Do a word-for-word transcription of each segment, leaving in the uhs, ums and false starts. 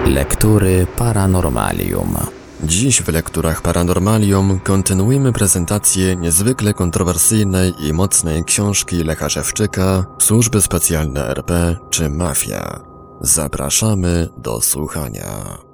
Lektury Paranormalium. Dziś w Lekturach Paranormalium kontynuujemy prezentację niezwykle kontrowersyjnej i mocnej książki Lecha Szewczyka Służby Specjalne R P czy Mafia. Zapraszamy do słuchania.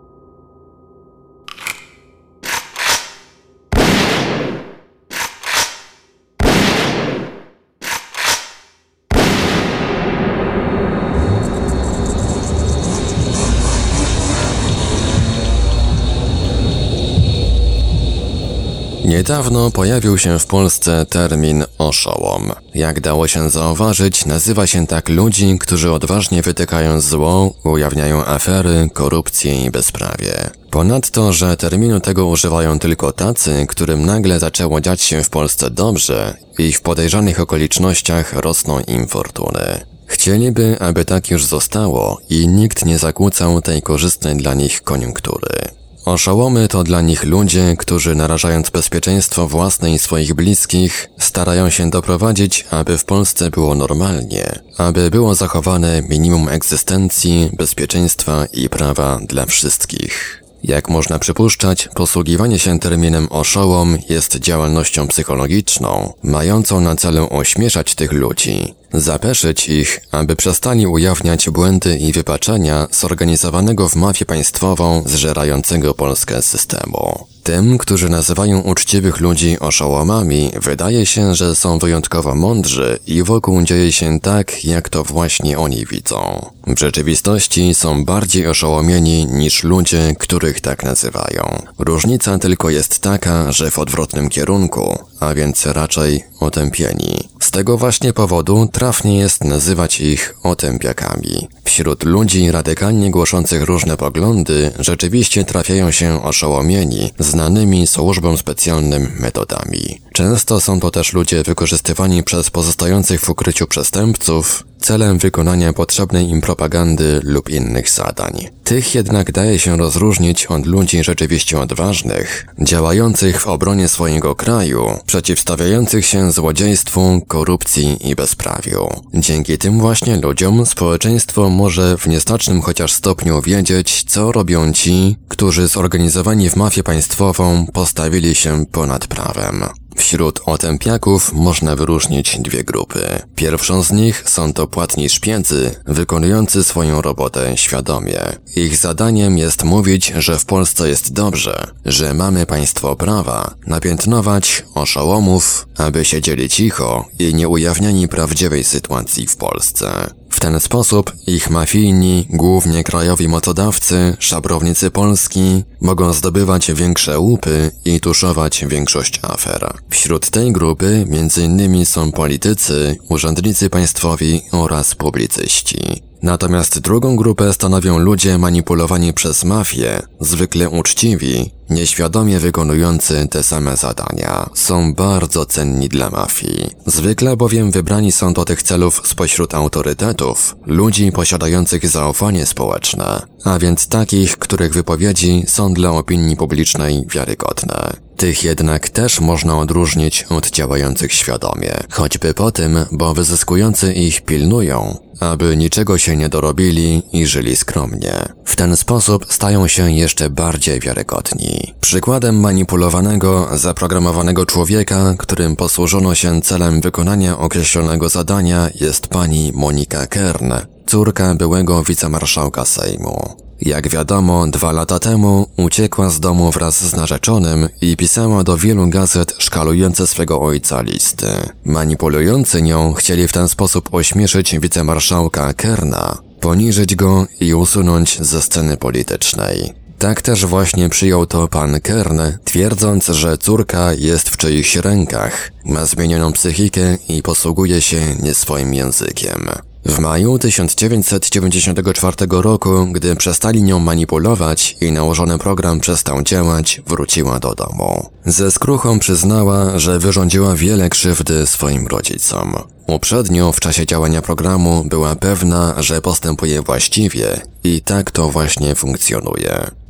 Niedawno pojawił się w Polsce termin oszołom. Jak dało się zauważyć, nazywa się tak ludzi, którzy odważnie wytykają zło, ujawniają afery, korupcję i bezprawie. Ponadto, że terminu tego używają tylko tacy, którym nagle zaczęło dziać się w Polsce dobrze i w podejrzanych okolicznościach rosną im fortuny. Chcieliby, aby tak już zostało i nikt nie zakłócał tej korzystnej dla nich koniunktury. Oszołomy to dla nich ludzie, którzy narażając bezpieczeństwo własne i swoich bliskich, starają się doprowadzić, aby w Polsce było normalnie, aby było zachowane minimum egzystencji, bezpieczeństwa i prawa dla wszystkich. Jak można przypuszczać, posługiwanie się terminem oszołom jest działalnością psychologiczną, mającą na celu ośmieszać tych ludzi, zapeszyć ich, aby przestali ujawniać błędy i wypaczenia zorganizowanego w mafię państwową zżerającego Polskę systemu. Tym, którzy nazywają uczciwych ludzi oszołomami, wydaje się, że są wyjątkowo mądrzy i wokół dzieje się tak, jak to właśnie oni widzą. W rzeczywistości są bardziej oszołomieni niż ludzie, których tak nazywają. Różnica tylko jest taka, że w odwrotnym kierunku, a więc raczej otępieni. Z tego właśnie powodu trafnie jest nazywać ich otępiakami. Wśród ludzi radykalnie głoszących różne poglądy rzeczywiście trafiają się oszołomieni, znanymi służbom specjalnym metodami. Często są to też ludzie wykorzystywani przez pozostających w ukryciu przestępców celem wykonania potrzebnej im propagandy lub innych zadań. Tych jednak daje się rozróżnić od ludzi rzeczywiście odważnych, działających w obronie swojego kraju, przeciwstawiających się złodziejstwu, korupcji i bezprawiu. Dzięki tym właśnie ludziom społeczeństwo może w nieznacznym chociaż stopniu wiedzieć, co robią ci, którzy zorganizowani w mafię państwową postawili się ponad prawem. Wśród otępiaków można wyróżnić dwie grupy. Pierwszą z nich są to płatni szpiedzy, wykonujący swoją robotę świadomie. Ich zadaniem jest mówić, że w Polsce jest dobrze, że mamy państwo prawa, napiętnować oszołomów, aby siedzieli cicho i nie ujawniali prawdziwej sytuacji w Polsce. W ten sposób ich mafijni, głównie krajowi mocodawcy, szabrownicy Polski, mogą zdobywać większe łupy i tuszować większość afer. Wśród tej grupy między innymi są politycy, urzędnicy państwowi oraz publicyści. Natomiast drugą grupę stanowią ludzie manipulowani przez mafię, zwykle uczciwi, nieświadomie wykonujący te same zadania. Są bardzo cenni dla mafii. Zwykle bowiem wybrani są do tych celów spośród autorytetów, ludzi posiadających zaufanie społeczne, a więc takich, których wypowiedzi są dla opinii publicznej wiarygodne. Tych jednak też można odróżnić od działających świadomie, choćby po tym, bo wyzyskujący ich pilnują, aby niczego się nie dorobili i żyli skromnie. W ten sposób stają się jeszcze bardziej wiarygodni. Przykładem manipulowanego, zaprogramowanego człowieka, którym posłużono się celem wykonania określonego zadania, jest pani Monika Kern, córka byłego wicemarszałka Sejmu. Jak wiadomo, dwa lata temu uciekła z domu wraz z narzeczonym i pisała do wielu gazet szkalujące swego ojca listy. Manipulujący nią chcieli w ten sposób ośmieszyć wicemarszałka Kerna, poniżyć go i usunąć ze sceny politycznej. Tak też właśnie przyjął to pan Kern, twierdząc, że córka jest w czyichś rękach, ma zmienioną psychikę i posługuje się nie swoim językiem. W maju tysiąc dziewięćset dziewięćdziesiątego czwartego roku, gdy przestali nią manipulować i nałożony program przestał działać, wróciła do domu. Ze skruchą przyznała, że wyrządziła wiele krzywdy swoim rodzicom. Uprzednio w czasie działania programu była pewna, że postępuje właściwie i tak to właśnie funkcjonuje.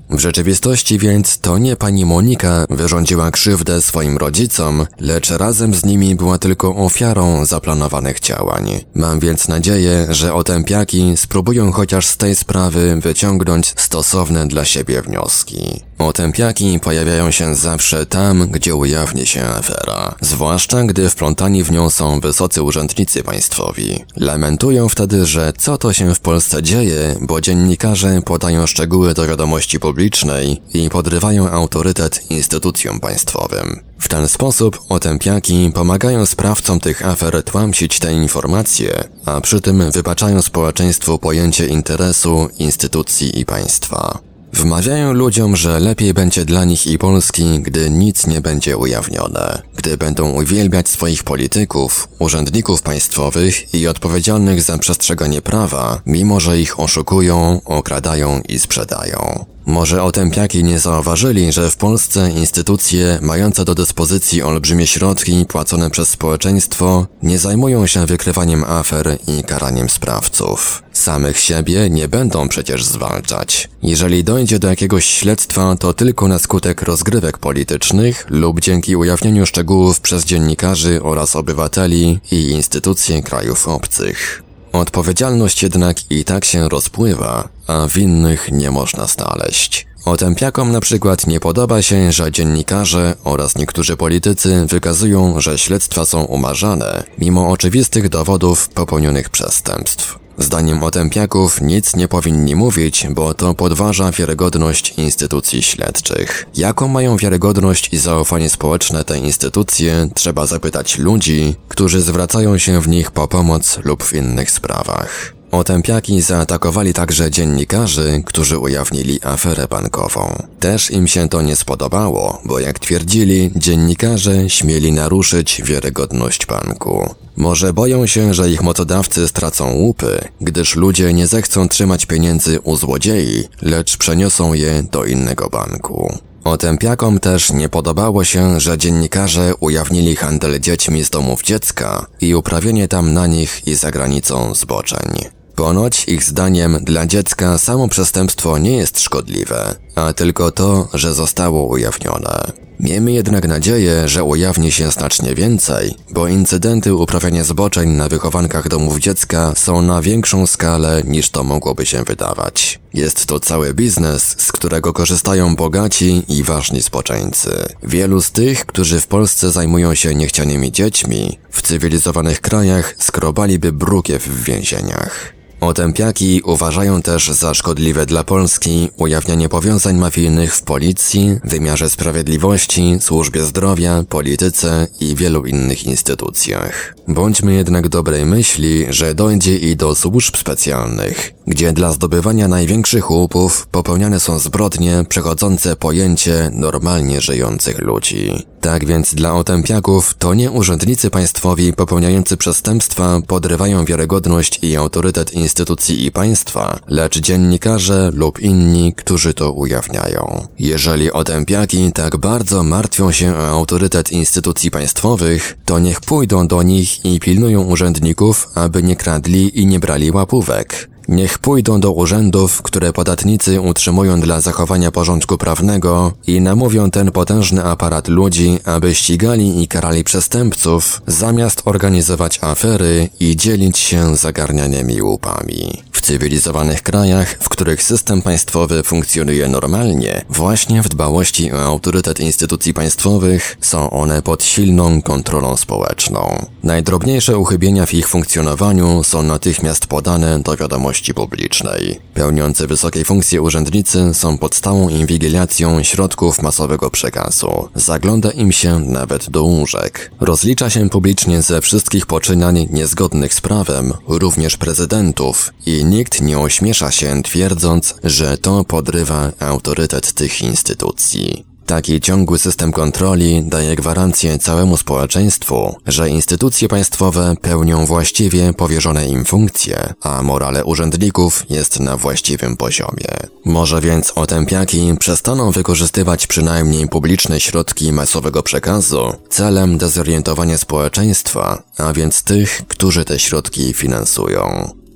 W rzeczywistości więc to nie pani Monika wyrządziła krzywdę swoim rodzicom, lecz razem z nimi była tylko ofiarą zaplanowanych działań. Mam więc nadzieję, że otępiaki spróbują chociaż z tej sprawy wyciągnąć stosowne dla siebie wnioski. Otępiaki pojawiają się zawsze tam, gdzie ujawni się afera, zwłaszcza gdy wplątani w nią są wysocy urzędnicy państwowi. Lamentują wtedy, że co to się w Polsce dzieje, bo dziennikarze podają szczegóły do wiadomości publicznej i podrywają autorytet instytucjom państwowym. W ten sposób otępiaki pomagają sprawcom tych afer tłamsić te informacje, a przy tym wybaczają społeczeństwu pojęcie interesu, instytucji i państwa. Wmawiają ludziom, że lepiej będzie dla nich i Polski, gdy nic nie będzie ujawnione. Gdy będą uwielbiać swoich polityków, urzędników państwowych i odpowiedzialnych za przestrzeganie prawa, mimo że ich oszukują, okradają i sprzedają. Może otępiaki nie zauważyli, że w Polsce instytucje mające do dyspozycji olbrzymie środki płacone przez społeczeństwo nie zajmują się wykrywaniem afer i karaniem sprawców. Samych siebie nie będą przecież zwalczać. Jeżeli dojdzie do jakiegoś śledztwa, to tylko na skutek rozgrywek politycznych lub dzięki ujawnieniu szczegółów przez dziennikarzy oraz obywateli i instytucje krajów obcych. Odpowiedzialność jednak i tak się rozpływa, a winnych nie można znaleźć. Otępiakom na przykład nie podoba się, że dziennikarze oraz niektórzy politycy wykazują, że śledztwa są umarzane, mimo oczywistych dowodów popełnionych przestępstw. Zdaniem otępiaków nic nie powinni mówić, bo to podważa wiarygodność instytucji śledczych. Jaką mają wiarygodność i zaufanie społeczne te instytucje, trzeba zapytać ludzi, którzy zwracają się w nich po pomoc lub w innych sprawach. Otępiaki zaatakowali także dziennikarzy, którzy ujawnili aferę bankową. Też im się to nie spodobało, bo jak twierdzili, dziennikarze śmieli naruszyć wiarygodność banku. Może boją się, że ich mocodawcy stracą łupy, gdyż ludzie nie zechcą trzymać pieniędzy u złodziei, lecz przeniosą je do innego banku. Otępiakom też nie podobało się, że dziennikarze ujawnili handel dziećmi z domów dziecka i uprawianie tam na nich i za granicą zboczeń. Ponoć ich zdaniem dla dziecka samo przestępstwo nie jest szkodliwe, a tylko to, że zostało ujawnione. Miejmy jednak nadzieję, że ujawni się znacznie więcej, bo incydenty uprawiania zboczeń na wychowankach domów dziecka są na większą skalę niż to mogłoby się wydawać. Jest to cały biznes, z którego korzystają bogaci i ważni zboczeńcy. Wielu z tych, którzy w Polsce zajmują się niechcianymi dziećmi, w cywilizowanych krajach skrobaliby brukiew w więzieniach. Otępiaki uważają też za szkodliwe dla Polski ujawnianie powiązań mafijnych w policji, wymiarze sprawiedliwości, służbie zdrowia, polityce i wielu innych instytucjach. Bądźmy jednak dobrej myśli, że dojdzie i do służb specjalnych, gdzie dla zdobywania największych łupów popełniane są zbrodnie przechodzące pojęcie normalnie żyjących ludzi. Tak więc dla otępiaków to nie urzędnicy państwowi popełniający przestępstwa podrywają wiarygodność i autorytet instytucji i państwa, lecz dziennikarze lub inni, którzy to ujawniają. Jeżeli otępiaki tak bardzo martwią się o autorytet instytucji państwowych, to niech pójdą do nich i pilnują urzędników, aby nie kradli i nie brali łapówek. Niech pójdą do urzędów, które podatnicy utrzymują dla zachowania porządku prawnego i namówią ten potężny aparat ludzi, aby ścigali i karali przestępców, zamiast organizować afery i dzielić się zagarnianymi łupami. W cywilizowanych krajach, w których system państwowy funkcjonuje normalnie, właśnie w dbałości o autorytet instytucji państwowych są one pod silną kontrolą społeczną. Najdrobniejsze uchybienia w ich funkcjonowaniu są natychmiast podane do wiadomości publicznej. Pełniący wysokie funkcje urzędnicy są pod stałą inwigilacją środków masowego przekazu. Zagląda im się nawet do łóżek. Rozlicza się publicznie ze wszystkich poczynań niezgodnych z prawem, również prezydentów, i nikt nie ośmiesza się twierdząc, że to podrywa autorytet tych instytucji. Taki ciągły system kontroli daje gwarancję całemu społeczeństwu, że instytucje państwowe pełnią właściwie powierzone im funkcje, a morale urzędników jest na właściwym poziomie. Może więc otępiaki przestaną wykorzystywać przynajmniej publiczne środki masowego przekazu celem dezorientowania społeczeństwa, a więc tych, którzy te środki finansują.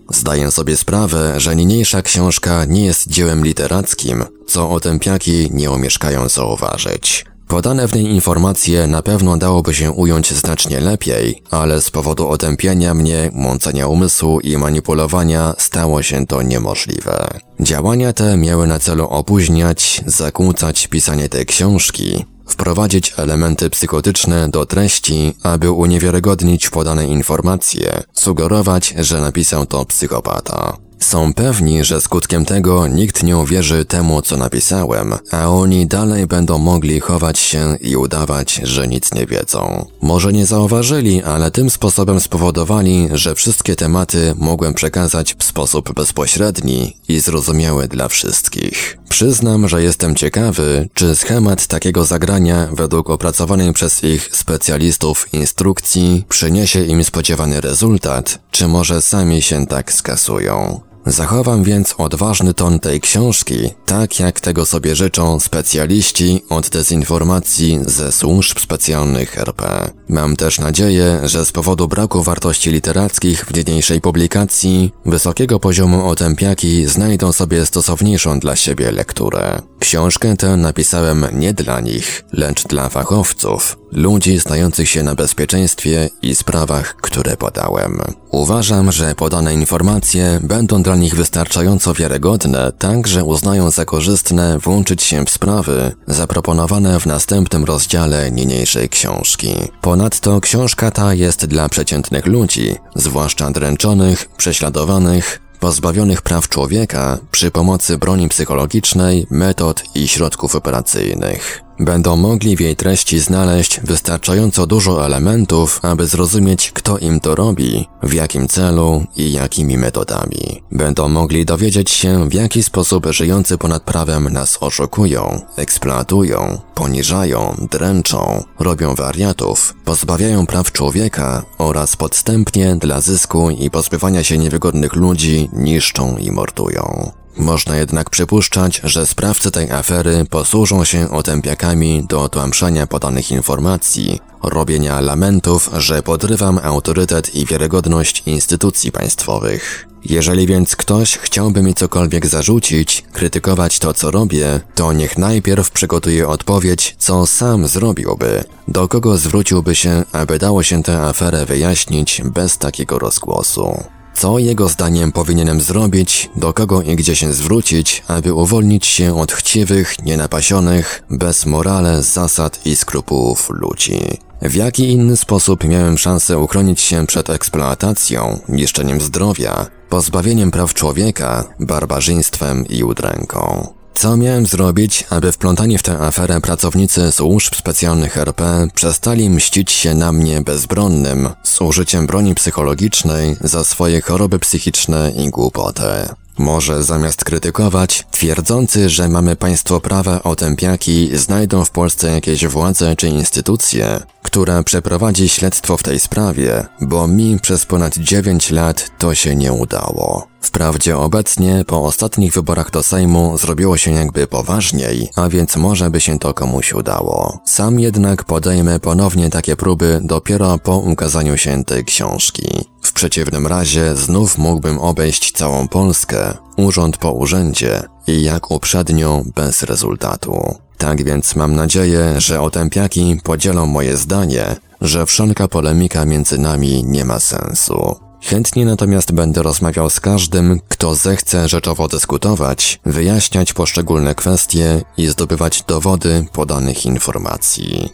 Zdaję sobie sprawę, że niniejsza książka nie jest dziełem literackim, co otępiaki nie omieszkają zauważyć. Podane w niej informacje na pewno dałoby się ująć znacznie lepiej, ale z powodu otępienia mnie, mącenia umysłu i manipulowania stało się to niemożliwe. Działania te miały na celu opóźniać, zakłócać pisanie tej książki, wprowadzić elementy psychotyczne do treści, aby uniewiarygodnić podane informacje, sugerować, że napisał to psychopata. Są pewni, że skutkiem tego nikt nie uwierzy temu, co napisałem, a oni dalej będą mogli chować się i udawać, że nic nie wiedzą. Może nie zauważyli, ale tym sposobem spowodowali, że wszystkie tematy mogłem przekazać w sposób bezpośredni i zrozumiały dla wszystkich. Przyznam, że jestem ciekawy, czy schemat takiego zagrania według opracowanej przez ich specjalistów instrukcji przyniesie im spodziewany rezultat, czy może sami się tak skasują. Zachowam więc odważny ton tej książki, tak jak tego sobie życzą specjaliści od dezinformacji ze służb specjalnych R P. Mam też nadzieję, że z powodu braku wartości literackich w niniejszej publikacji, wysokiego poziomu otępiaki znajdą sobie stosowniejszą dla siebie lekturę. Książkę tę napisałem nie dla nich, lecz dla fachowców, ludzi znających się na bezpieczeństwie i sprawach, które podałem. Uważam, że podane informacje będą dla nich wystarczająco wiarygodne, tak że uznają za korzystne włączyć się w sprawy zaproponowane w następnym rozdziale niniejszej książki. Ponadto książka ta jest dla przeciętnych ludzi, zwłaszcza dręczonych, prześladowanych, pozbawionych praw człowieka przy pomocy broni psychologicznej, metod i środków operacyjnych. Będą mogli w jej treści znaleźć wystarczająco dużo elementów, aby zrozumieć, kto im to robi, w jakim celu i jakimi metodami. Będą mogli dowiedzieć się, w jaki sposób żyjący ponad prawem nas oszukują, eksploatują, poniżają, dręczą, robią wariatów, pozbawiają praw człowieka oraz podstępnie dla zysku i pozbywania się niewygodnych ludzi niszczą i mordują. Można jednak przypuszczać, że sprawcy tej afery posłużą się otępiakami do tłamszenia podanych informacji, robienia lamentów, że podrywam autorytet i wiarygodność instytucji państwowych. Jeżeli więc ktoś chciałby mi cokolwiek zarzucić, krytykować to, co robię, to niech najpierw przygotuje odpowiedź, co sam zrobiłby, do kogo zwróciłby się, aby dało się tę aferę wyjaśnić bez takiego rozgłosu. Co jego zdaniem powinienem zrobić, do kogo i gdzie się zwrócić, aby uwolnić się od chciwych, nienapasionych, bez morale, zasad i skrupułów ludzi. W jaki inny sposób miałem szansę uchronić się przed eksploatacją, niszczeniem zdrowia, pozbawieniem praw człowieka, barbarzyństwem i udręką? Co miałem zrobić, aby wplątani w tę aferę pracownicy służb specjalnych R P przestali mścić się na mnie bezbronnym z użyciem broni psychologicznej za swoje choroby psychiczne i głupotę? Może zamiast krytykować, twierdzący, że mamy państwo prawa otępiaki znajdą w Polsce jakieś władze czy instytucje, która przeprowadzi śledztwo w tej sprawie, bo mi przez ponad dziewięć lat to się nie udało. Wprawdzie obecnie, po ostatnich wyborach do Sejmu zrobiło się jakby poważniej, a więc może by się to komuś udało. Sam jednak podejmę ponownie takie próby dopiero po ukazaniu się tej książki. W przeciwnym razie znów mógłbym obejść całą Polskę, urząd po urzędzie i jak uprzednio bez rezultatu. Tak więc mam nadzieję, że otępiaki podzielą moje zdanie, że wszelka polemika między nami nie ma sensu. Chętnie natomiast będę rozmawiał z każdym, kto zechce rzeczowo dyskutować, wyjaśniać poszczególne kwestie i zdobywać dowody podanych informacji.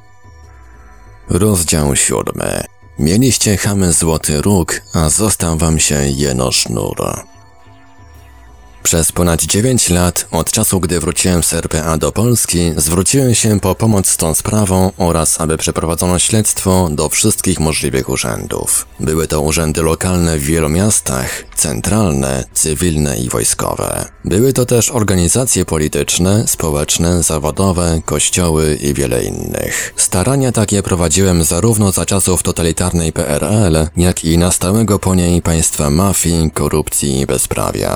Rozdział siódmy. Mieliście chamy złoty róg, a został wam się jeno sznur. Przez ponad dziewięć lat, od czasu gdy wróciłem z R P A do Polski, zwróciłem się po pomoc z tą sprawą oraz aby przeprowadzono śledztwo do wszystkich możliwych urzędów. Były to urzędy lokalne w wielu miastach, centralne, cywilne i wojskowe. Były to też organizacje polityczne, społeczne, zawodowe, kościoły i wiele innych. Starania takie prowadziłem zarówno za czasów totalitarnej P R L, jak i nastałego po niej państwa mafii, korupcji i bezprawia.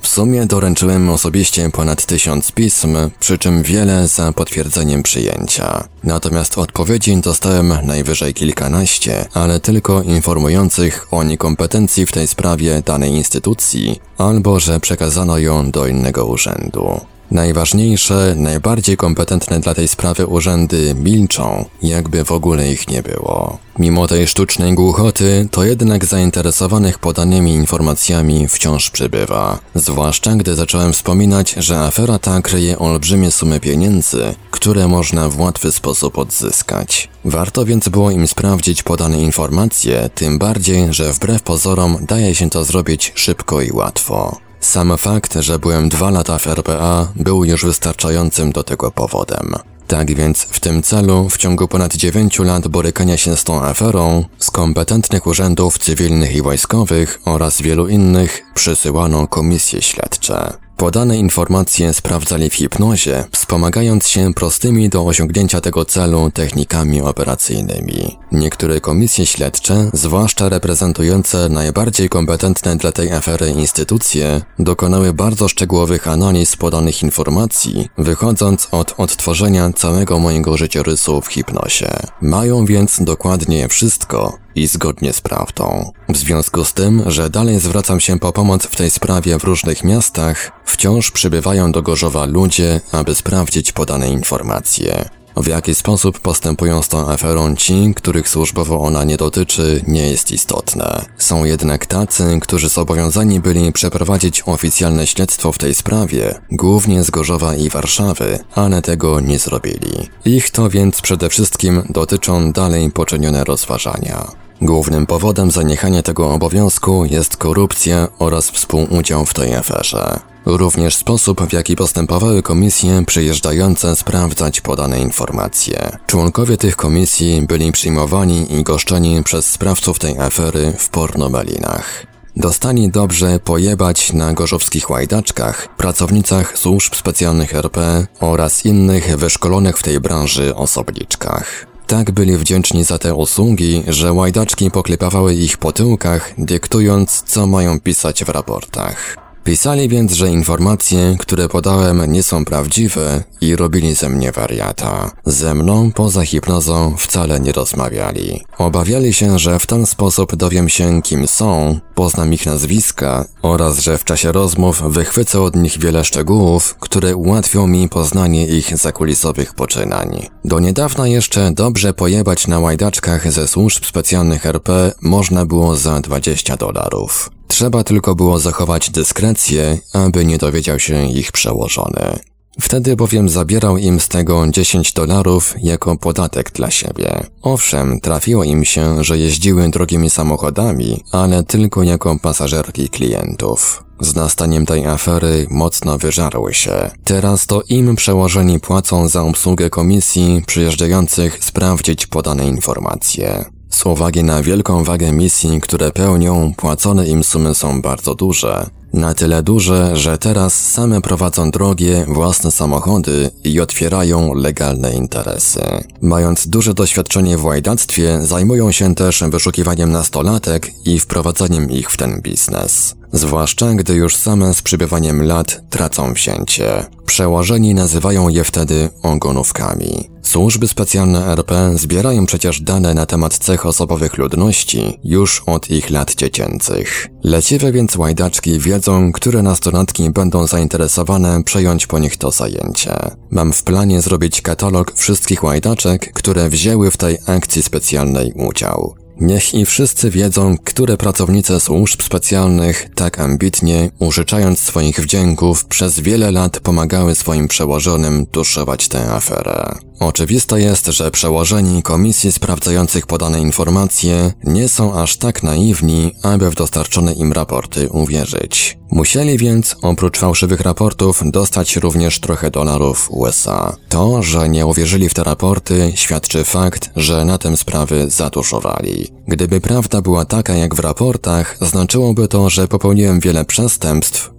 W sumie doręczyłem osobiście ponad tysiąc pism, przy czym wiele za potwierdzeniem przyjęcia. Natomiast odpowiedzi dostałem najwyżej kilkanaście, ale tylko informujących o niekompetencji w tej sprawie danej instytucji, albo że przekazano ją do innego urzędu. Najważniejsze, najbardziej kompetentne dla tej sprawy urzędy milczą, jakby w ogóle ich nie było. Mimo tej sztucznej głuchoty, to jednak zainteresowanych podanymi informacjami wciąż przybywa. Zwłaszcza gdy zacząłem wspominać, że afera ta kryje olbrzymie sumy pieniędzy, które można w łatwy sposób odzyskać. Warto więc było im sprawdzić podane informacje, tym bardziej, że wbrew pozorom daje się to zrobić szybko i łatwo. Sam fakt, że byłem dwa lata w R P A, był już wystarczającym do tego powodem. Tak więc w tym celu, w ciągu ponad dziewięciu lat borykania się z tą aferą, z kompetentnych urzędów cywilnych i wojskowych oraz wielu innych przysyłano komisje śledcze. Podane informacje sprawdzali w hipnozie, wspomagając się prostymi do osiągnięcia tego celu technikami operacyjnymi. Niektóre komisje śledcze, zwłaszcza reprezentujące najbardziej kompetentne dla tej afery instytucje, dokonały bardzo szczegółowych analiz podanych informacji, wychodząc od odtworzenia całego mojego życiorysu w hipnozie. Mają więc dokładnie wszystko i zgodnie z prawdą. W związku z tym, że dalej zwracam się po pomoc w tej sprawie w różnych miastach, wciąż przybywają do Gorzowa ludzie, aby sprawdzić podane informacje. W jaki sposób postępują z tą aferą ci, których służbowo ona nie dotyczy, nie jest istotne. Są jednak tacy, którzy zobowiązani byli przeprowadzić oficjalne śledztwo w tej sprawie, głównie z Gorzowa i Warszawy, ale tego nie zrobili. Ich to więc przede wszystkim dotyczą dalej poczynione rozważania. Głównym powodem zaniechania tego obowiązku jest korupcja oraz współudział w tej aferze. Również sposób, w jaki postępowały komisje przyjeżdżające sprawdzać podane informacje. Członkowie tych komisji byli przyjmowani i goszczeni przez sprawców tej afery w pornomelinach. Dostali dobrze pojebać na gorzowskich łajdaczkach, pracownicach służb specjalnych R P oraz innych wyszkolonych w tej branży osobniczkach. Tak byli wdzięczni za te usługi, że łajdaczki poklepawały ich po tyłkach, dyktując, co mają pisać w raportach. Pisali więc, że informacje, które podałem, nie są prawdziwe i robili ze mnie wariata. Ze mną, poza hipnozą, wcale nie rozmawiali. Obawiali się, że w ten sposób dowiem się, kim są, poznam ich nazwiska oraz że w czasie rozmów wychwycę od nich wiele szczegółów, które ułatwią mi poznanie ich zakulisowych poczynań. Do niedawna jeszcze dobrze pojebać na łajdaczkach ze służb specjalnych R P można było za dwadzieścia dolarów. Trzeba tylko było zachować dyskrecję, aby nie dowiedział się ich przełożony. Wtedy bowiem zabierał im z tego dziesięć dolarów jako podatek dla siebie. Owszem, trafiło im się, że jeździły drogimi samochodami, ale tylko jako pasażerki klientów. Z nastaniem tej afery mocno wyżarły się. Teraz to im przełożeni płacą za obsługę komisji przyjeżdżających sprawdzić podane informacje. Z uwagi na wielką wagę misji, które pełnią, płacone im sumy są bardzo duże. Na tyle duże, że teraz same prowadzą drogie, własne samochody i otwierają legalne interesy. Mając duże doświadczenie w łajdactwie, zajmują się też wyszukiwaniem nastolatek i wprowadzaniem ich w ten biznes. Zwłaszcza gdy już same z przybywaniem lat tracą wzięcie. Przełożeni nazywają je wtedy ogonówkami. Służby specjalne R P zbierają przecież dane na temat cech osobowych ludności już od ich lat dziecięcych. Leciwe więc łajdaczki wiedzą, które nastolatki będą zainteresowane przejąć po nich to zajęcie. Mam w planie zrobić katalog wszystkich łajdaczek, które wzięły w tej akcji specjalnej udział. Niech i wszyscy wiedzą, które pracownice służb specjalnych tak ambitnie, użyczając swoich wdzięków, przez wiele lat pomagały swoim przełożonym tuszować tę aferę. Oczywiste jest, że przełożeni komisji sprawdzających podane informacje nie są aż tak naiwni, aby w dostarczone im raporty uwierzyć. Musieli więc, oprócz fałszywych raportów, dostać również trochę dolarów U S A. To, że nie uwierzyli w te raporty, świadczy fakt, że na tym sprawy zatuszowali. Gdyby prawda była taka jak w raportach, znaczyłoby to, że popełniłem wiele przestępstw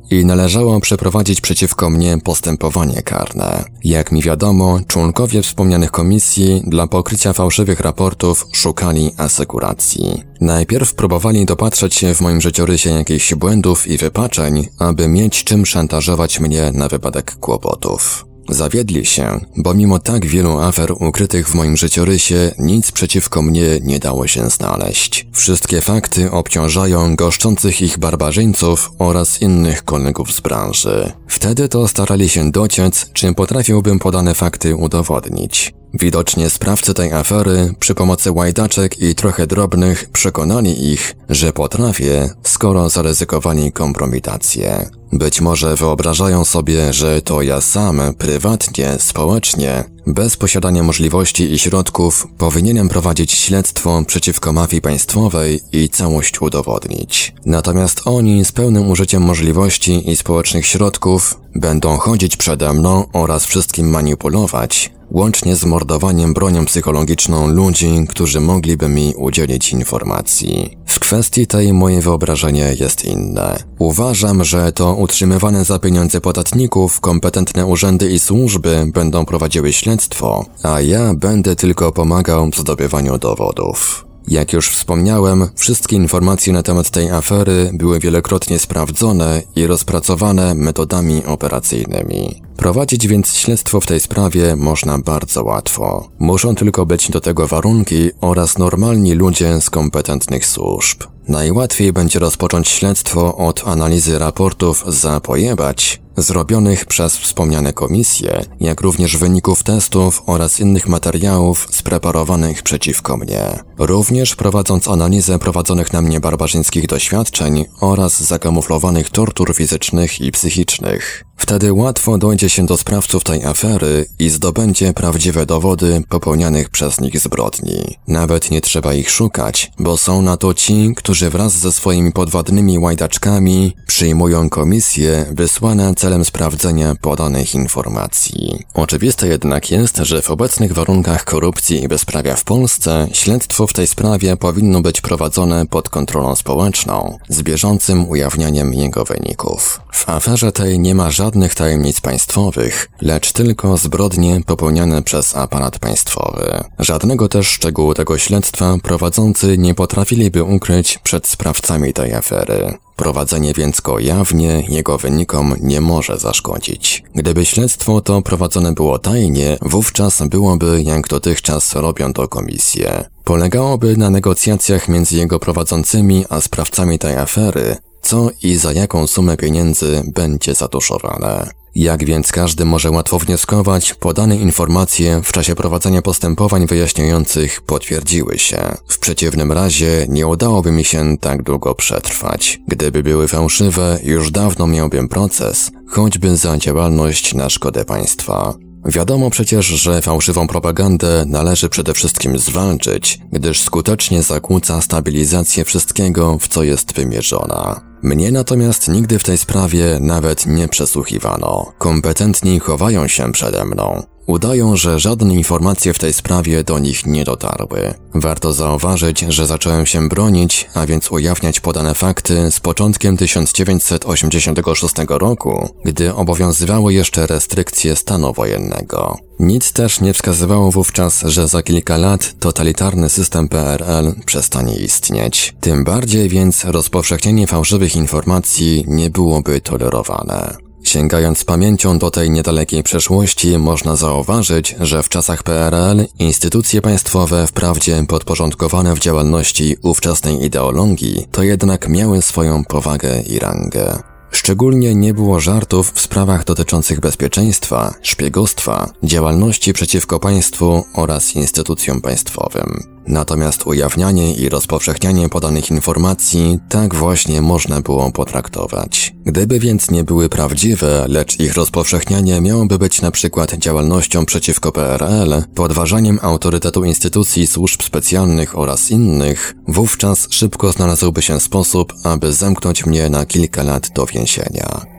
i należało przeprowadzić przeciwko mnie postępowanie karne. Jak mi wiadomo, członkowie wspomnianych komisji dla pokrycia fałszywych raportów szukali asekuracji. Najpierw próbowali dopatrzeć się w moim życiorysie jakichś błędów i wypaczeń, aby mieć czym szantażować mnie na wypadek kłopotów. Zawiedli się, bo mimo tak wielu afer ukrytych w moim życiorysie, nic przeciwko mnie nie dało się znaleźć. Wszystkie fakty obciążają goszczących ich barbarzyńców oraz innych kolegów z branży. Wtedy to starali się dociec, czym potrafiłbym podane fakty udowodnić. Widocznie sprawcy tej afery przy pomocy łajdaczek i trochę drobnych przekonali ich, że potrafię, skoro zaryzykowali kompromitację. Być może wyobrażają sobie, że to ja sam, prywatnie, społecznie, bez posiadania możliwości i środków, powinienem prowadzić śledztwo przeciwko mafii państwowej i całość udowodnić. Natomiast oni z pełnym użyciem możliwości i społecznych środków będą chodzić przede mną oraz wszystkim manipulować, łącznie z mordowaniem bronią psychologiczną ludzi, którzy mogliby mi udzielić informacji. W kwestii tej moje wyobrażenie jest inne. Uważam, że to utrzymywane za pieniądze podatników kompetentne urzędy i służby będą prowadziły śledztwo, a ja będę tylko pomagał w zdobywaniu dowodów. Jak już wspomniałem, wszystkie informacje na temat tej afery były wielokrotnie sprawdzone i rozpracowane metodami operacyjnymi. Prowadzić więc śledztwo w tej sprawie można bardzo łatwo. Muszą tylko być do tego warunki oraz normalni ludzie z kompetentnych służb. Najłatwiej będzie rozpocząć śledztwo od analizy raportów za pojebać, zrobionych przez wspomniane komisje, jak również wyników testów oraz innych materiałów spreparowanych przeciwko mnie. Również prowadząc analizę prowadzonych na mnie barbarzyńskich doświadczeń oraz zakamuflowanych tortur fizycznych i psychicznych. Wtedy łatwo dojdzie się do sprawców tej afery i zdobędzie prawdziwe dowody popełnianych przez nich zbrodni. Nawet nie trzeba ich szukać, bo są na to ci, którzy wraz ze swoimi podwładnymi łajdaczkami przyjmują komisje wysłane celem sprawdzenia podanych informacji. Oczywiste jednak jest, że w obecnych warunkach korupcji i bezprawia w Polsce śledztwo w tej sprawie powinno być prowadzone pod kontrolą społeczną, z bieżącym ujawnianiem jego wyników. W aferze tej nie ma żadnych tajemnic państwowych, lecz tylko zbrodnie popełniane przez aparat państwowy. Żadnego też szczegółu tego śledztwa prowadzący nie potrafiliby ukryć przed sprawcami tej afery. Prowadzenie więc go jawnie jego wynikom nie może zaszkodzić. Gdyby śledztwo to prowadzone było tajnie, wówczas byłoby jak dotychczas robią to komisje. Polegałoby na negocjacjach między jego prowadzącymi a sprawcami tej afery, co i za jaką sumę pieniędzy będzie zatuszowane. Jak więc każdy może łatwo wnioskować, podane informacje w czasie prowadzenia postępowań wyjaśniających potwierdziły się. W przeciwnym razie nie udałoby mi się tak długo przetrwać. Gdyby były fałszywe, już dawno miałbym proces, choćby za działalność na szkodę państwa. Wiadomo przecież, że fałszywą propagandę należy przede wszystkim zwalczyć, gdyż skutecznie zakłóca stabilizację wszystkiego, w co jest wymierzona. Mnie natomiast nigdy w tej sprawie nawet nie przesłuchiwano. Kompetentni chowają się przede mną. Udają, że żadne informacje w tej sprawie do nich nie dotarły. Warto zauważyć, że zacząłem się bronić, a więc ujawniać podane fakty z początkiem tysiąc dziewięćset osiemdziesiątego szóstego roku, gdy obowiązywały jeszcze restrykcje stanu wojennego. Nic też nie wskazywało wówczas, że za kilka lat totalitarny system P R L przestanie istnieć. Tym bardziej więc rozpowszechnienie fałszywych informacji nie byłoby tolerowane. Sięgając pamięcią do tej niedalekiej przeszłości, można zauważyć, że w czasach P R L instytucje państwowe wprawdzie podporządkowane w działalności ówczesnej ideologii, to jednak miały swoją powagę i rangę. Szczególnie nie było żartów w sprawach dotyczących bezpieczeństwa, szpiegostwa, działalności przeciwko państwu oraz instytucjom państwowym. Natomiast ujawnianie i rozpowszechnianie podanych informacji tak właśnie można było potraktować. Gdyby więc nie były prawdziwe, lecz ich rozpowszechnianie miałoby być na przykład działalnością przeciwko P R L, podważaniem autorytetu instytucji służb specjalnych oraz innych, wówczas szybko znalazłby się sposób, aby zamknąć mnie na kilka lat do więzienia.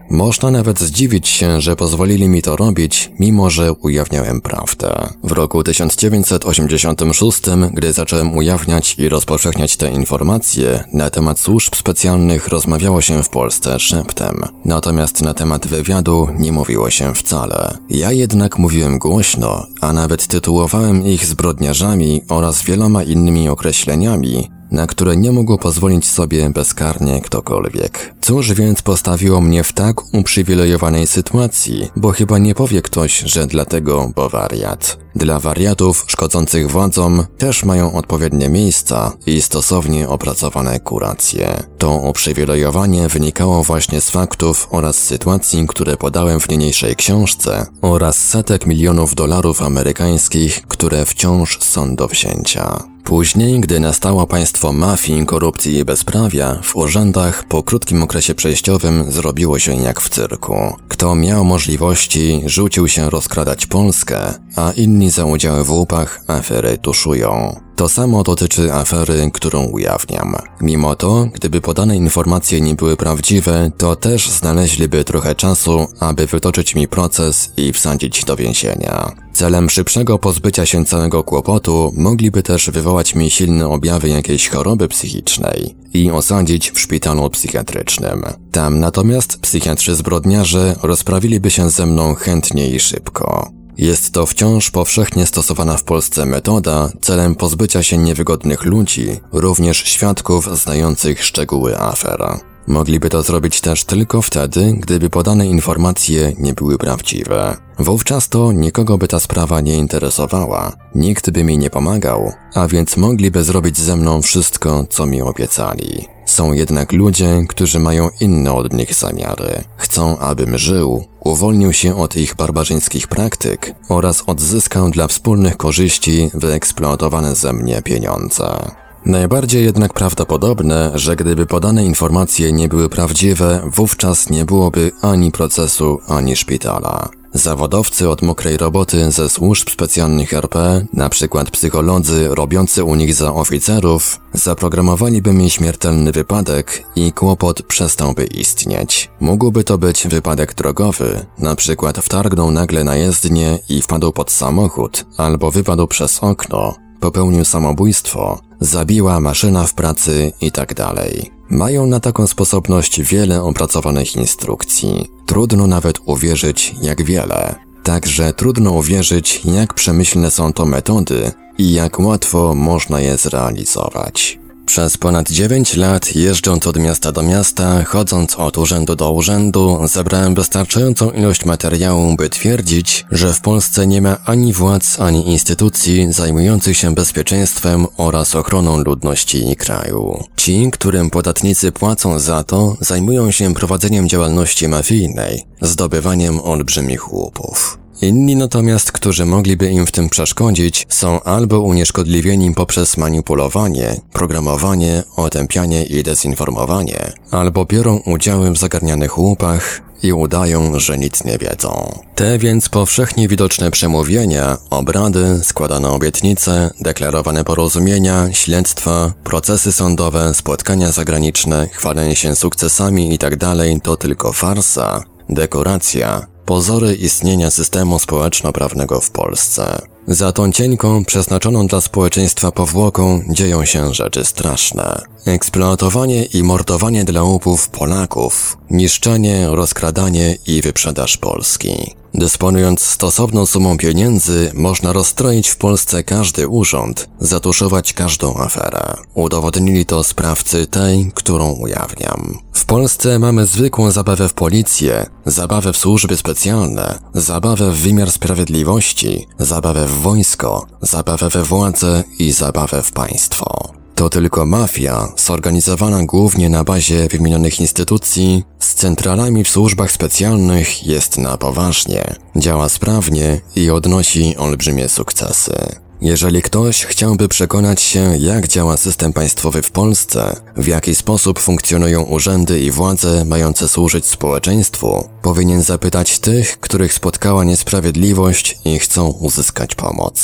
Można nawet zdziwić się, że pozwolili mi to robić, mimo że ujawniałem prawdę. W roku tysiąc dziewięćset osiemdziesiątym szóstym, gdy zacząłem ujawniać i rozpowszechniać te informacje, na temat służb specjalnych rozmawiało się w Polsce szeptem. Natomiast na temat wywiadu nie mówiło się wcale. Ja jednak mówiłem głośno, a nawet tytułowałem ich zbrodniarzami oraz wieloma innymi określeniami, na które nie mógł pozwolić sobie bezkarnie ktokolwiek. Cóż więc postawiło mnie w tak uprzywilejowanej sytuacji, bo chyba nie powie ktoś, że dlatego, bo wariat. Dla wariatów szkodzących władzom też mają odpowiednie miejsca i stosownie opracowane kuracje. To uprzywilejowanie wynikało właśnie z faktów oraz sytuacji, które podałem w niniejszej książce oraz setek milionów dolarów amerykańskich, które wciąż są do wzięcia. Później, gdy nastało państwo mafii, korupcji i bezprawia, w urzędach po krótkim okresie przejściowym zrobiło się jak w cyrku. Kto miał możliwości, rzucił się rozkradać Polskę, a inni za udziały w łupach afery tuszują. To samo dotyczy afery, którą ujawniam. Mimo to, gdyby podane informacje nie były prawdziwe, to też znaleźliby trochę czasu, aby wytoczyć mi proces i wsadzić do więzienia. Celem szybszego pozbycia się całego kłopotu mogliby też wywołać mi silne objawy jakiejś choroby psychicznej i osadzić w szpitalu psychiatrycznym. Tam natomiast psychiatrzy zbrodniarze rozprawiliby się ze mną chętnie i szybko. Jest to wciąż powszechnie stosowana w Polsce metoda celem pozbycia się niewygodnych ludzi, również świadków znających szczegóły afer. Mogliby to zrobić też tylko wtedy, gdyby podane informacje nie były prawdziwe. Wówczas to nikogo by ta sprawa nie interesowała, nikt by mi nie pomagał, a więc mogliby zrobić ze mną wszystko, co mi obiecali. Są jednak ludzie, którzy mają inne od nich zamiary. Chcą, abym żył, uwolnił się od ich barbarzyńskich praktyk oraz odzyskał dla wspólnych korzyści wyeksploatowane ze mnie pieniądze. Najbardziej jednak prawdopodobne, że gdyby podane informacje nie były prawdziwe, wówczas nie byłoby ani procesu, ani szpitala. Zawodowcy od mokrej roboty ze służb specjalnych R P, na przykład psycholodzy robiący u nich za oficerów, zaprogramowaliby mi śmiertelny wypadek i kłopot przestałby istnieć. Mógłby to być wypadek drogowy, na przykład wtargnął nagle na jezdnię i wpadł pod samochód, albo wypadł przez okno, popełnił samobójstwo, zabiła maszyna w pracy itd. Mają na taką sposobność wiele opracowanych instrukcji. Trudno nawet uwierzyć, jak wiele. Także trudno uwierzyć, jak przemyślne są to metody i jak łatwo można je zrealizować. Przez ponad dziewięć lat, jeżdżąc od miasta do miasta, chodząc od urzędu do urzędu, zebrałem wystarczającą ilość materiału, by twierdzić, że w Polsce nie ma ani władz, ani instytucji zajmujących się bezpieczeństwem oraz ochroną ludności i kraju. Ci, którym podatnicy płacą za to, zajmują się prowadzeniem działalności mafijnej, zdobywaniem olbrzymich łupów. Inni natomiast, którzy mogliby im w tym przeszkodzić, są albo unieszkodliwieni poprzez manipulowanie, programowanie, otępianie i dezinformowanie, albo biorą udziały w zagarnianych łupach i udają, że nic nie wiedzą. Te więc powszechnie widoczne przemówienia, obrady, składane obietnice, deklarowane porozumienia, śledztwa, procesy sądowe, spotkania zagraniczne, chwalenie się sukcesami itd. To tylko farsa, dekoracja, pozory istnienia systemu społeczno-prawnego w Polsce. Za tą cienką, przeznaczoną dla społeczeństwa powłoką dzieją się rzeczy straszne. Eksploatowanie i mordowanie dla łupów Polaków, niszczenie, rozkradanie i wyprzedaż Polski. Dysponując stosowną sumą pieniędzy, można rozstroić w Polsce każdy urząd, zatuszować każdą aferę. Udowodnili to sprawcy tej, którą ujawniam. W Polsce mamy zwykłą zabawę w policję, zabawę w służby specjalne, zabawę w wymiar sprawiedliwości, zabawę w wojsko, zabawę we władzę i zabawę w państwo. To tylko mafia, zorganizowana głównie na bazie wymienionych instytucji, z centralami w służbach specjalnych, jest na poważnie, działa sprawnie i odnosi olbrzymie sukcesy. Jeżeli ktoś chciałby przekonać się, jak działa system państwowy w Polsce, w jaki sposób funkcjonują urzędy i władze mające służyć społeczeństwu, powinien zapytać tych, których spotkała niesprawiedliwość i chcą uzyskać pomoc.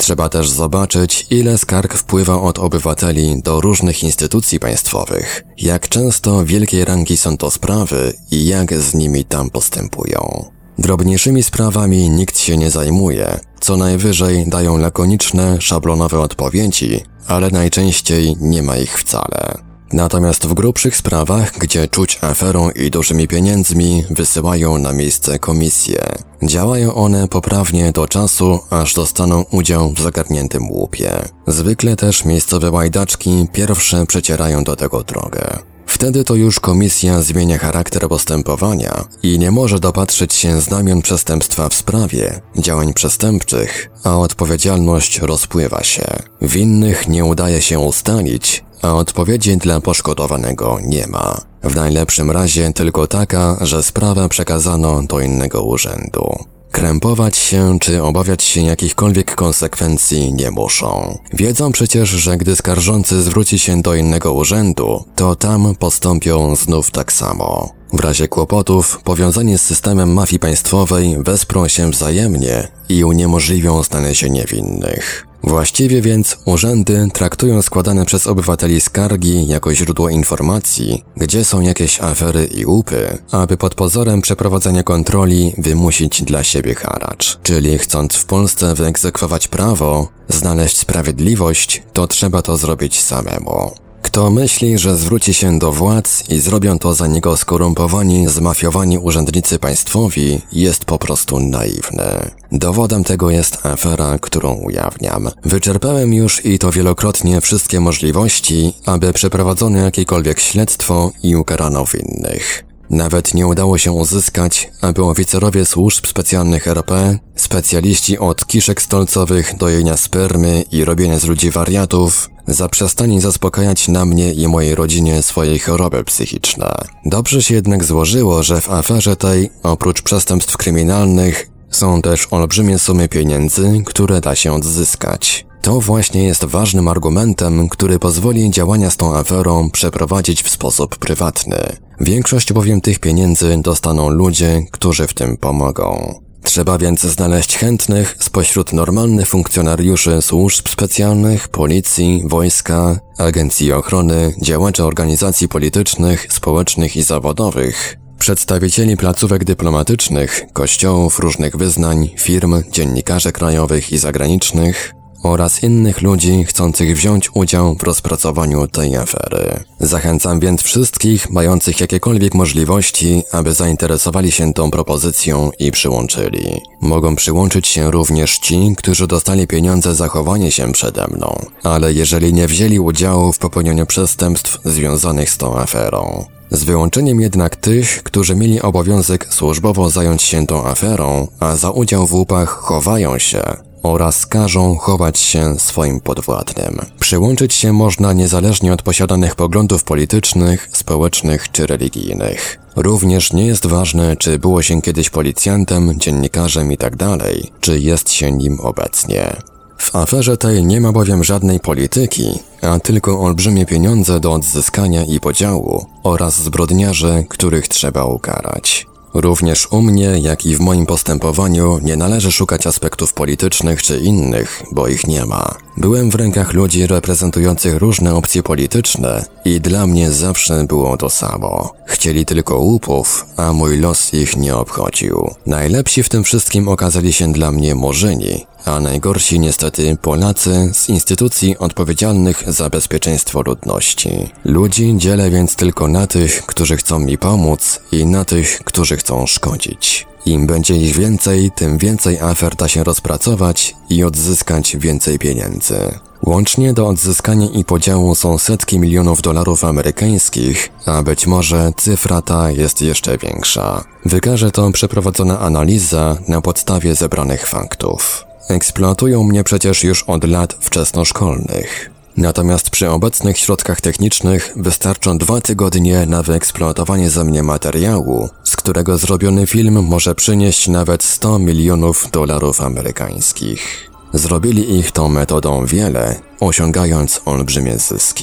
Trzeba też zobaczyć, ile skarg wpływa od obywateli do różnych instytucji państwowych, jak często wielkiej rangi są to sprawy i jak z nimi tam postępują. Drobniejszymi sprawami nikt się nie zajmuje, co najwyżej dają lakoniczne, szablonowe odpowiedzi, ale najczęściej nie ma ich wcale. Natomiast w grubszych sprawach, gdzie czuć aferą i dużymi pieniędzmi, wysyłają na miejsce komisje. Działają one poprawnie do czasu, aż dostaną udział w zagarniętym łupie. Zwykle też miejscowe łajdaczki pierwsze przecierają do tego drogę. Wtedy to już komisja zmienia charakter postępowania i nie może dopatrzyć się znamion przestępstwa w sprawie, działań przestępczych, a odpowiedzialność rozpływa się. Winnych nie udaje się ustalić, a odpowiedzi dla poszkodowanego nie ma. W najlepszym razie tylko taka, że sprawę przekazano do innego urzędu. Krępować się czy obawiać się jakichkolwiek konsekwencji nie muszą. Wiedzą przecież, że gdy skarżący zwróci się do innego urzędu, to tam postąpią znów tak samo. W razie kłopotów, powiązani z systemem mafii państwowej, wesprą się wzajemnie i uniemożliwią znalezienie winnych. Właściwie więc urzędy traktują składane przez obywateli skargi jako źródło informacji, gdzie są jakieś afery i łupy, aby pod pozorem przeprowadzenia kontroli wymusić dla siebie haracz. Czyli chcąc w Polsce wyegzekwować prawo, znaleźć sprawiedliwość, to trzeba to zrobić samemu. Kto myśli, że zwróci się do władz i zrobią to za niego skorumpowani, zmafiowani urzędnicy państwowi, jest po prostu naiwny. Dowodem tego jest afera, którą ujawniam. Wyczerpałem już i to wielokrotnie wszystkie możliwości, aby przeprowadzono jakiekolwiek śledztwo i ukarano winnych. Nawet nie udało się uzyskać, aby oficerowie służb specjalnych R P, specjaliści od kiszek stolcowych, dojenia spermy i robienia z ludzi wariatów, zaprzestali zaspokajać na mnie i mojej rodzinie swoje choroby psychiczne. Dobrze się jednak złożyło, że w aferze tej, oprócz przestępstw kryminalnych, są też olbrzymie sumy pieniędzy, które da się odzyskać. To właśnie jest ważnym argumentem, który pozwoli działania z tą aferą przeprowadzić w sposób prywatny. Większość bowiem tych pieniędzy dostaną ludzie, którzy w tym pomogą. Trzeba więc znaleźć chętnych spośród normalnych funkcjonariuszy służb specjalnych, policji, wojska, agencji ochrony, działaczy organizacji politycznych, społecznych i zawodowych, przedstawicieli placówek dyplomatycznych, kościołów różnych wyznań, firm, dziennikarzy krajowych i zagranicznych, oraz innych ludzi chcących wziąć udział w rozpracowaniu tej afery. Zachęcam więc wszystkich mających jakiekolwiek możliwości, aby zainteresowali się tą propozycją i przyłączyli. Mogą przyłączyć się również ci, którzy dostali pieniądze za chowanie się przede mną, ale jeżeli nie wzięli udziału w popełnianiu przestępstw związanych z tą aferą. Z wyłączeniem jednak tych, którzy mieli obowiązek służbowo zająć się tą aferą, a za udział w łupach chowają się, oraz każą chować się swoim podwładnym. Przyłączyć się można niezależnie od posiadanych poglądów politycznych, społecznych czy religijnych. Również nie jest ważne, czy było się kiedyś policjantem, dziennikarzem itd., czy jest się nim obecnie. W aferze tej nie ma bowiem żadnej polityki, a tylko olbrzymie pieniądze do odzyskania i podziału oraz zbrodniarzy, których trzeba ukarać. Również u mnie, jak i w moim postępowaniu nie należy szukać aspektów politycznych czy innych, bo ich nie ma. Byłem w rękach ludzi reprezentujących różne opcje polityczne i dla mnie zawsze było to samo. Chcieli tylko łupów, a mój los ich nie obchodził. Najlepsi w tym wszystkim okazali się dla mnie Murzyni, a najgorsi niestety Polacy z instytucji odpowiedzialnych za bezpieczeństwo ludności. Ludzi dzielę więc tylko na tych, którzy chcą mi pomóc i na tych, którzy chcą szkodzić. Im będzie ich więcej, tym więcej afer da się rozpracować i odzyskać więcej pieniędzy. Łącznie do odzyskania i podziału są setki milionów dolarów amerykańskich, a być może cyfra ta jest jeszcze większa. Wykaże to przeprowadzona analiza na podstawie zebranych faktów. Eksploatują mnie przecież już od lat wczesnoszkolnych. Natomiast przy obecnych środkach technicznych wystarczą dwa tygodnie na wyeksploatowanie ze mnie materiału, z którego zrobiony film może przynieść nawet sto milionów dolarów amerykańskich. Zrobili ich tą metodą wiele, osiągając olbrzymie zyski.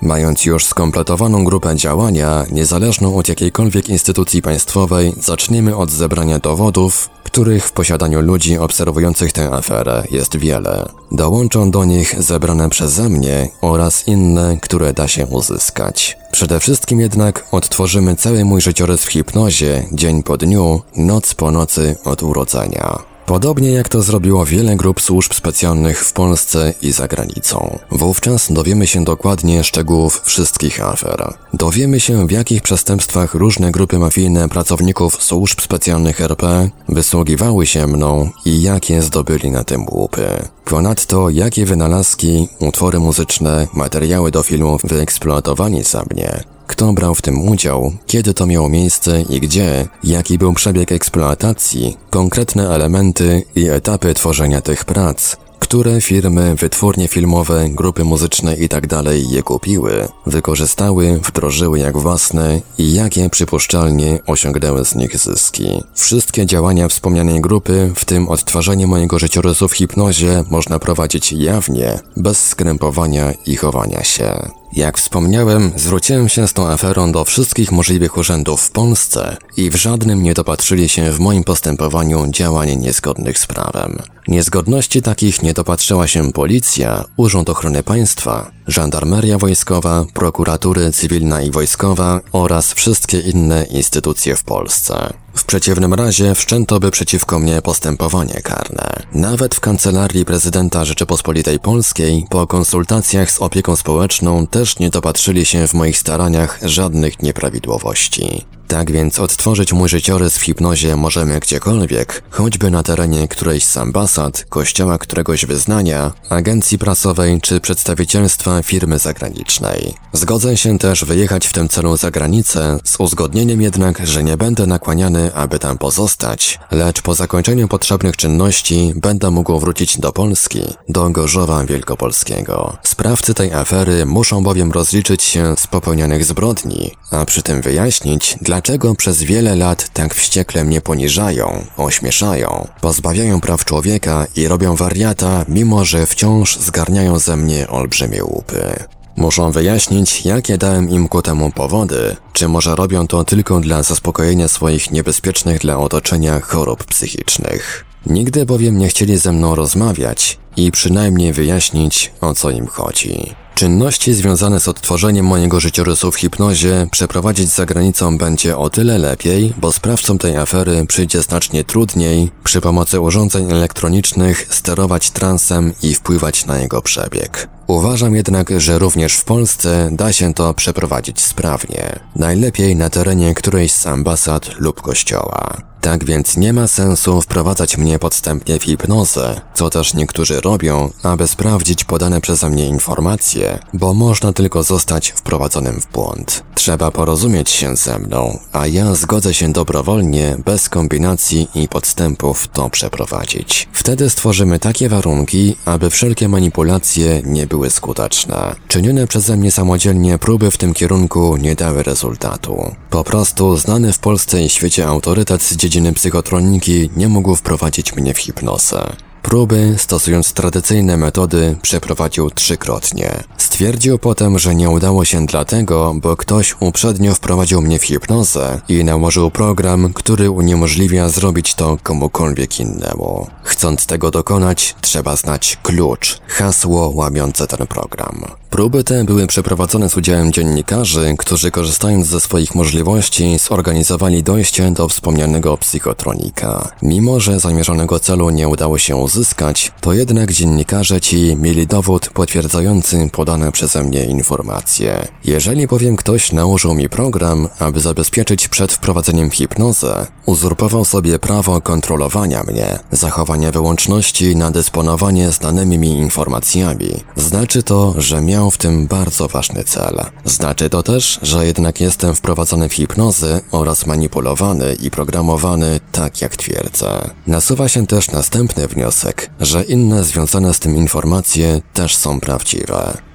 Mając już skompletowaną grupę działania, niezależną od jakiejkolwiek instytucji państwowej, zaczniemy od zebrania dowodów, których w posiadaniu ludzi obserwujących tę aferę jest wiele. Dołączą do nich zebrane przeze mnie oraz inne, które da się uzyskać. Przede wszystkim jednak odtworzymy cały mój życiorys w hipnozie, dzień po dniu, noc po nocy od urodzenia. Podobnie jak to zrobiło wiele grup służb specjalnych w Polsce i za granicą. Wówczas dowiemy się dokładnie szczegółów wszystkich afer. Dowiemy się, w jakich przestępstwach różne grupy mafijne pracowników służb specjalnych R P wysługiwały się mną i jakie zdobyli na tym łupy. Ponadto, jakie wynalazki, utwory muzyczne, materiały do filmów wyeksploatowali za mnie. Kto brał w tym udział, kiedy to miało miejsce i gdzie, jaki był przebieg eksploatacji, konkretne elementy i etapy tworzenia tych prac, które firmy, wytwórnie filmowe, grupy muzyczne itd. Je kupiły, wykorzystały, wdrożyły jak własne i jakie przypuszczalnie osiągnęły z nich zyski. Wszystkie działania wspomnianej grupy, w tym odtwarzanie mojego życiorysu w hipnozie, można prowadzić jawnie, bez skrępowania i chowania się. Jak wspomniałem, zwróciłem się z tą aferą do wszystkich możliwych urzędów w Polsce i w żadnym nie dopatrzyli się w moim postępowaniu działań niezgodnych z prawem. Niezgodności takich nie dopatrzyła się Policja, Urząd Ochrony Państwa, Żandarmeria Wojskowa, Prokuratury Cywilna i Wojskowa oraz wszystkie inne instytucje w Polsce. W przeciwnym razie wszczęto by przeciwko mnie postępowanie karne. Nawet w Kancelarii Prezydenta Rzeczypospolitej Polskiej po konsultacjach z opieką społeczną też nie dopatrzyli się w moich staraniach żadnych nieprawidłowości. Tak więc odtworzyć mój życiorys w hipnozie możemy gdziekolwiek, choćby na terenie którejś z ambasad, kościoła któregoś wyznania, agencji prasowej czy przedstawicielstwa firmy zagranicznej. Zgodzę się też wyjechać w tym celu za granicę, z uzgodnieniem jednak, że nie będę nakłaniany, aby tam pozostać, lecz po zakończeniu potrzebnych czynności będę mógł wrócić do Polski, do Gorzowa Wielkopolskiego. Sprawcy tej afery muszą bowiem rozliczyć się z popełnionych zbrodni, a przy tym wyjaśnić, dlaczego przez wiele lat tak wściekle mnie poniżają, ośmieszają, pozbawiają praw człowieka i robią wariata, mimo że wciąż zgarniają ze mnie olbrzymie łupy. Muszą wyjaśnić, jakie dałem im ku temu powody, czy może robią to tylko dla zaspokojenia swoich niebezpiecznych dla otoczenia chorób psychicznych. Nigdy bowiem nie chcieli ze mną rozmawiać i przynajmniej wyjaśnić, o co im chodzi. Czynności związane z odtworzeniem mojego życiorysu w hipnozie przeprowadzić za granicą będzie o tyle lepiej, bo sprawcom tej afery przyjdzie znacznie trudniej przy pomocy urządzeń elektronicznych sterować transem i wpływać na jego przebieg. Uważam jednak, że również w Polsce da się to przeprowadzić sprawnie. Najlepiej na terenie którejś z ambasad lub kościoła. Tak więc nie ma sensu wprowadzać mnie podstępnie w hipnozę, co też niektórzy robią, aby sprawdzić podane przeze mnie informacje, bo można tylko zostać wprowadzonym w błąd. Trzeba porozumieć się ze mną, a ja zgodzę się dobrowolnie, bez kombinacji i podstępów to przeprowadzić. Wtedy stworzymy takie warunki, aby wszelkie manipulacje nie były skuteczne. Czynione przeze mnie samodzielnie próby w tym kierunku nie dały rezultatu. Po prostu znany w Polsce i świecie autorytet z dziedziny psychotroniki nie mógł wprowadzić mnie w hipnozę. Próby, stosując tradycyjne metody, przeprowadził trzykrotnie. Stwierdził potem, że nie udało się dlatego, bo ktoś uprzednio wprowadził mnie w hipnozę i nałożył program, który uniemożliwia zrobić to komukolwiek innemu. Chcąc tego dokonać, trzeba znać klucz, hasło łamiące ten program. Próby te były przeprowadzone z udziałem dziennikarzy, którzy korzystając ze swoich możliwości zorganizowali dojście do wspomnianego psychotronika. Mimo że zamierzonego celu nie udało się uzyskać, to jednak dziennikarze ci mieli dowód potwierdzający podane przeze mnie informacje. Jeżeli bowiem ktoś nałożył mi program, aby zabezpieczyć przed wprowadzeniem w hipnozę, uzurpował sobie prawo kontrolowania mnie, zachowania wyłączności na dysponowanie znanymi mi informacjami, znaczy to, że miał w tym bardzo ważny cel. Znaczy to też, że jednak jestem wprowadzony w hipnozę oraz manipulowany i programowany tak jak twierdzę. Nasuwa się też następny wniosek, że inne związane z tym informacje też są prawdziwe.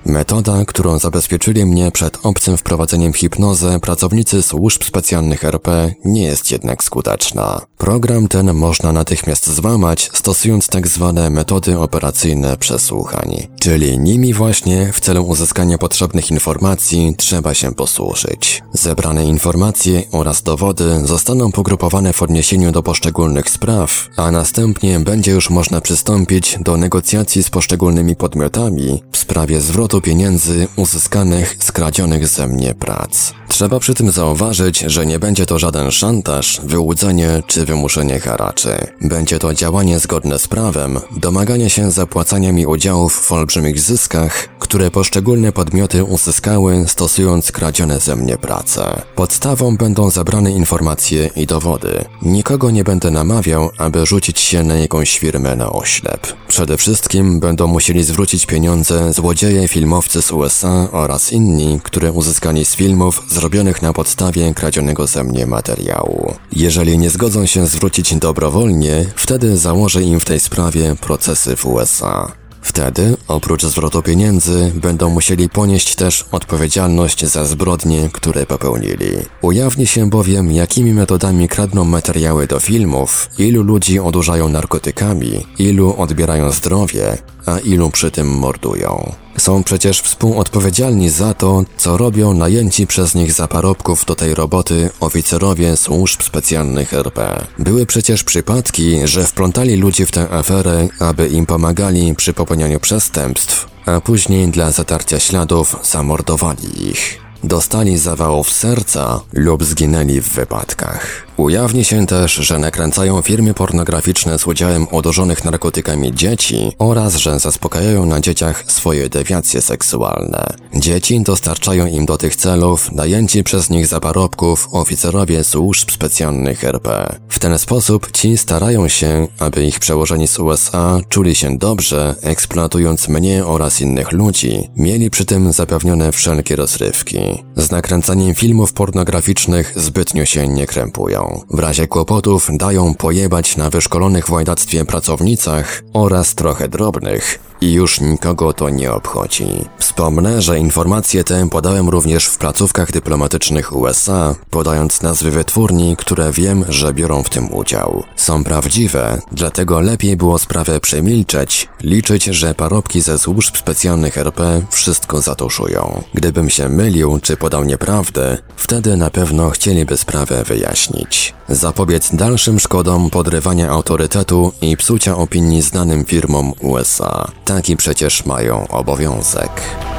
Metoda, którą zabezpieczyli mnie przed obcym wprowadzeniem w hipnozę pracownicy służb specjalnych R P, nie jest jednak skuteczna. Program ten można natychmiast złamać, stosując tak zwane metody operacyjne przesłuchań. Czyli nimi właśnie w celu uzyskania potrzebnych informacji trzeba się posłużyć. Zebrane informacje oraz dowody zostaną pogrupowane w odniesieniu do poszczególnych spraw, a następnie będzie już można przystąpić do negocjacji z poszczególnymi podmiotami w sprawie zwrotu pieniędzy uzyskanych z kradzionych ze mnie prac. Trzeba przy tym zauważyć, że nie będzie to żaden szantaż, wyłudzenie czy wymuszenie haraczy. Będzie to działanie zgodne z prawem, domaganie się zapłacania mi udziałów w olbrzymich zyskach, które poszczególne podmioty uzyskały stosując kradzione ze mnie prace. Podstawą będą zebrane informacje i dowody. Nikogo nie będę namawiał, aby rzucić się na jakąś firmę na oślep. Przede wszystkim będą musieli zwrócić pieniądze złodzieje, filmowcy z U S A oraz inni, które uzyskali z filmów zrobionych na podstawie kradzionego ze mnie materiału. Jeżeli nie zgodzą się zwrócić dobrowolnie, wtedy założę im w tej sprawie procesy w U S A. Wtedy, oprócz zwrotu pieniędzy, będą musieli ponieść też odpowiedzialność za zbrodnie, które popełnili. Ujawni się bowiem, jakimi metodami kradną materiały do filmów, ilu ludzi odurzają narkotykami, ilu odbierają zdrowie, a ilu przy tym mordują. Są przecież współodpowiedzialni za to, co robią najęci przez nich za parobków do tej roboty oficerowie służb specjalnych R P. Były przecież przypadki, że wplątali ludzi w tę aferę, aby im pomagali przy popełnianiu przestępstw, a później dla zatarcia śladów zamordowali ich. Dostali zawałów serca lub zginęli w wypadkach. Ujawni się też, że nakręcają filmy pornograficzne z udziałem odurzonych narkotykami dzieci oraz że zaspokajają na dzieciach swoje dewiacje seksualne. Dzieci dostarczają im do tych celów najęci przez nich za parobków oficerowie służb specjalnych R P. W ten sposób ci starają się, aby ich przełożeni z U S A czuli się dobrze, eksploatując mnie oraz innych ludzi, mieli przy tym zapewnione wszelkie rozrywki. Z nakręcaniem filmów pornograficznych zbytnio się nie krępują. W razie kłopotów dają pojebać na wyszkolonych w łajdactwie pracownicach oraz trochę drobnych i już nikogo to nie obchodzi. Wspomnę, że informacje te podałem również w placówkach dyplomatycznych U S A, podając nazwy wytwórni, które wiem, że biorą w tym udział. Są prawdziwe, dlatego lepiej było sprawę przemilczeć, liczyć, że parobki ze służb specjalnych R P wszystko zatuszują. Gdybym się mylił czy podał nieprawdę, wtedy na pewno chcieliby sprawę wyjaśnić. Zapobiec dalszym szkodom podrywania autorytetu i psucia opinii znanym firmom U S A. Taki przecież mają obowiązek.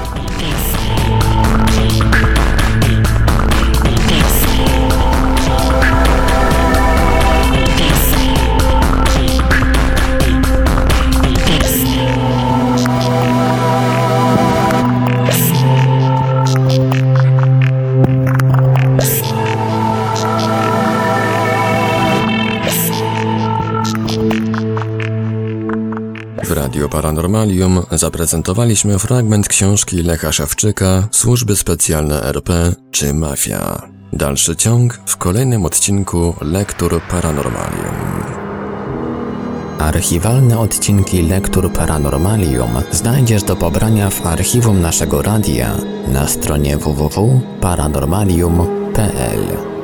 W Radiu Paranormalium zaprezentowaliśmy fragment książki Lecha Szewczyka Służby Specjalne R P czy Mafia. Dalszy ciąg w kolejnym odcinku Lektur Paranormalium. Archiwalne odcinki Lektur Paranormalium znajdziesz do pobrania w archiwum naszego radia na stronie w w w kropka paranormalium kropka p l.